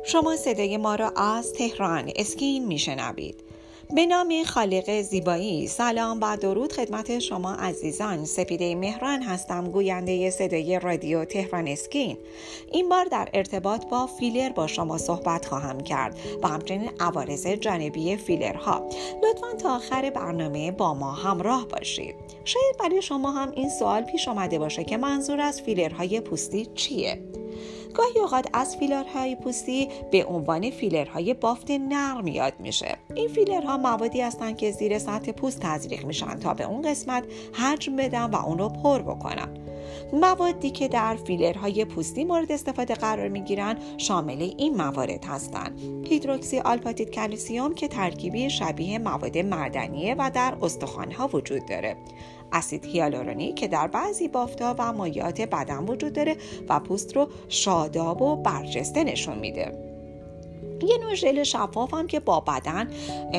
شما صدای ما را از تهران اسکین میشنوید. به نام خالق زیبایی، سلام و درود خدمت شما عزیزان. سپیده مهران هستم، گوینده صدای رادیو تهران اسکین. این بار در ارتباط با فیلر با شما صحبت خواهم کرد و همچنین عوارض جانبی فیلرها. لطفاً تا آخر برنامه با ما همراه باشید. شاید برای شما هم این سوال پیش آمده باشه که منظور از فیلرهای پوستی چیه؟ گاهی اوقات از فیلرهای پوستی به عنوان فیلرهای بافت نرم یاد میشه. این فیلرها موادی هستن که زیر سطح پوست تزریق میشن تا به اون قسمت حجم بدن و اون رو پر بکنن. موادی که در فیلرهای پوستی مورد استفاده قرار میگیرن شامل این موارد هستن: هیدروکسی آلپاتیت کلسیم که ترکیبی شبیه مواد معدنیه و در استخوان‌ها وجود داره، اسید هیالورونیک که در بعضی بافت‌ها و مایعات بدن وجود داره و پوست رو شاداب و برجسته نشون میده. یه نوع ژل شفاف هم که با بدن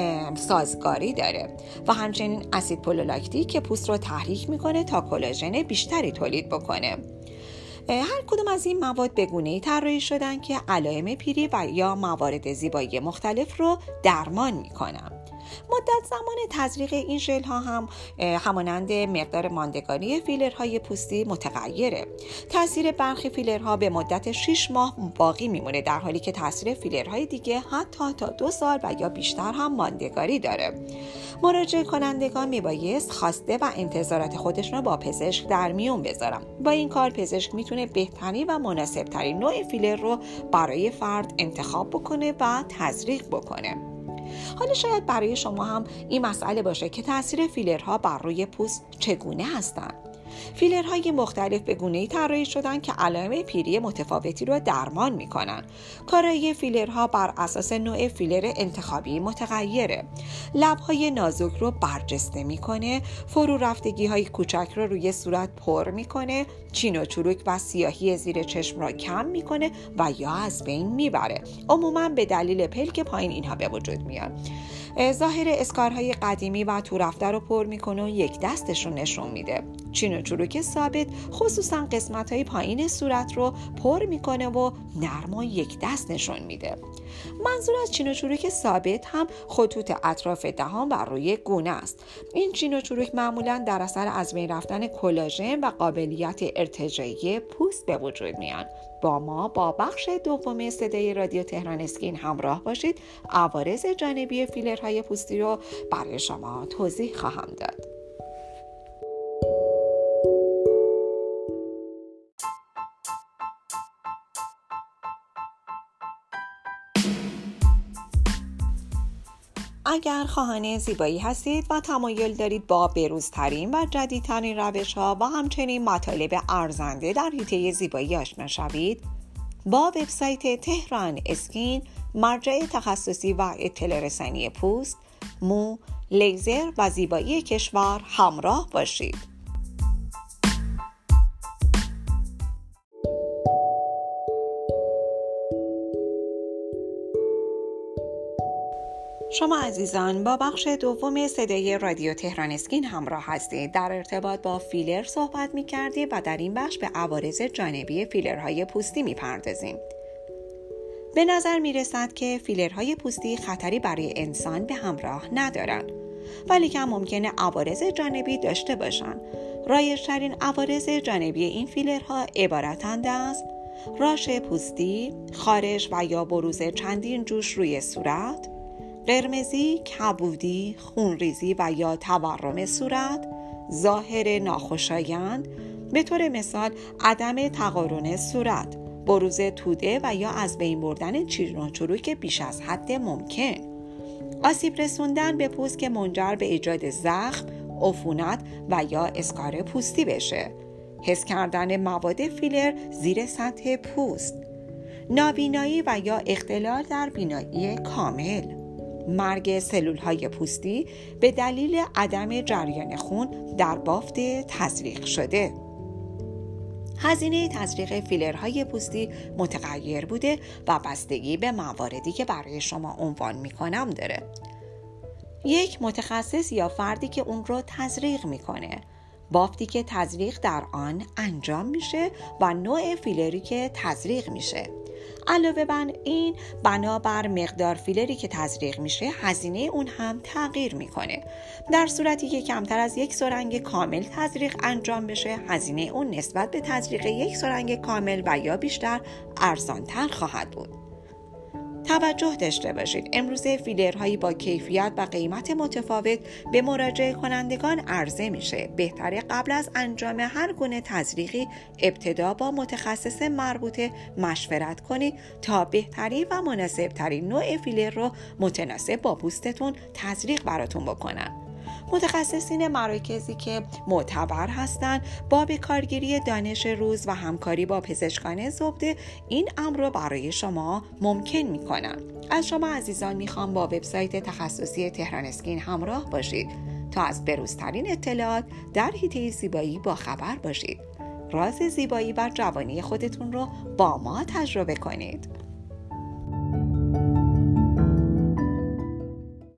سازگاری داره و همچنین اسید پولولاکتیک که پوست رو تحریک میکنه تا کلاژن بیشتری تولید بکنه. هر کدوم از این مواد به گونه‌ای طراحی شدن که علائم پیری و یا موارد زیبایی مختلف رو درمان میکنن. مدت زمان تزریق این ژل ها هم همانند مقدار ماندگاری فیلرهای پوستی متغیره. تاثیر برخی فیلرها به مدت 6 ماه باقی میمونه، در حالی که تاثیر فیلرهای دیگه حتی تا 2 سال و یا بیشتر هم ماندگاری داره. مراجعه کنندگان میبایست خواسته و انتظارات خودشون رو با پزشک در میون بذارن. با این کار پزشک میتونه بهترین و مناسبترین نوع فیلر رو برای فرد انتخاب بکنه و تزریق بکنه. حالا شاید برای شما هم این مسئله باشه که تاثیر فیلرها بر روی پوست چگونه هستند. فیلرهای مختلف به گونه‌ای طراحی شدن که علائم پیری متفاوتی رو درمان میکنن. کارایی فیلرها بر اساس نوع فیلر انتخابی متغیره. لبهای نازک رو برجسته میکنه، فرو رفتگی‌های کوچک رو روی صورت پر میکنه، چین و چروک و سیاهی زیر چشم را کم میکنه و یا از بین میبره. عموماً به دلیل پلک پایین اینها به وجود میاد. ظاهر اسکارهای قدیمی و تو رفته رو پر میکنه و یک دستشون نشون میده. چین و چروک ثابت خصوصا قسمت‌های پایین صورت رو پر میکنه و نرم و یک دست نشون میده. منظور از چین و چروک ثابت هم خطوط اطراف دهان بر روی گونه است. این چین و چروک معمولاً در اثر از بین رفتن کلاژن و قابلیت ارتجاعی پوست به وجود میان. با ما با بخش دوم صدای رادیو تهران اسکین همراه باشید. عوارض جانبی فیلرهای پوستی رو برای شما توضیح خواهم داد. اگر خواهان زیبایی هستید و تمایل دارید با بروزترین و جدیدترین روش‌ها و همچنین مطالب ارزنده در حیطه زیبایی آشنا شوید، با وبسایت تهران اسکین، مرجع تخصصی و اطلاع رسانی پوست، مو، لیزر و زیبایی کشور همراه باشید. شما عزیزان با بخش دوم صدای رادیو تهران اسکین همراه هستید. در ارتباط با فیلر صحبت می‌کردیم و در این بخش به عوارض جانبی فیلرهای پوستی می‌پردازیم. به نظر می‌رسد که فیلرهای پوستی خطری برای انسان به همراه ندارند، ولی که ممکنه عوارض جانبی داشته باشند. رایج‌ترین عوارض جانبی این فیلرها عبارتند از راش پوستی، خارش و یا بروز چندین جوش روی صورت، قرمزی، کبودی، خونریزی و یا تورم صورت، ظاهر ناخوشایند، به طور مثال عدم تقارن صورت، بروز توده و یا از بین بردن چین و چروک بیش از حد ممکن، آسیب رسوندن به پوست که منجر به ایجاد زخم، عفونت و یا اسکار پوستی بشه، حس کردن مواد فیلر زیر سطح پوست، نابینایی و یا اختلال در بینایی کامل، مرگ سلول‌های پوستی به دلیل عدم جریان خون در بافت تزریق شده. هزینه تزریق فیلرهای پوستی متغیر بوده و بستگی به مواردی که برای شما عنوان می‌کنم داره. یک متخصص یا فردی که اون رو تزریق میکنه، بافتی که تزریق در آن انجام میشه و نوع فیلری که تزریق میشه. علاوه بر این بنابر مقدار فیلری که تزریق میشه هزینه اون هم تغییر میکنه. در صورتی که کمتر از یک سرنگ کامل تزریق انجام بشه هزینه اون نسبت به تزریق یک سرنگ کامل و یا بیشتر ارزانتر خواهد بود. توجه داشته باشید امروزه فیلرهایی با کیفیت و قیمت متفاوت به مراجعه کنندگان عرضه میشه. بهتره قبل از انجام هر گونه تزریقی ابتدا با متخصص مربوطه مشورت کنید تا بهترین و مناسبترین نوع فیلر رو متناسب با پوستتون تزریق براتون بکنن. متخصصین مراکزی که معتبر هستند با به کارگیری دانش روز و همکاری با پزشکان زبده این امر رو برای شما ممکن می‌کنن. از شما عزیزان میخوام با وبسایت تخصصی تهران اسکین همراه باشید تا از بروزترین اطلاعات در حیطه زیبایی با خبر باشید. راز زیبایی و جوانی خودتون رو با ما تجربه کنید.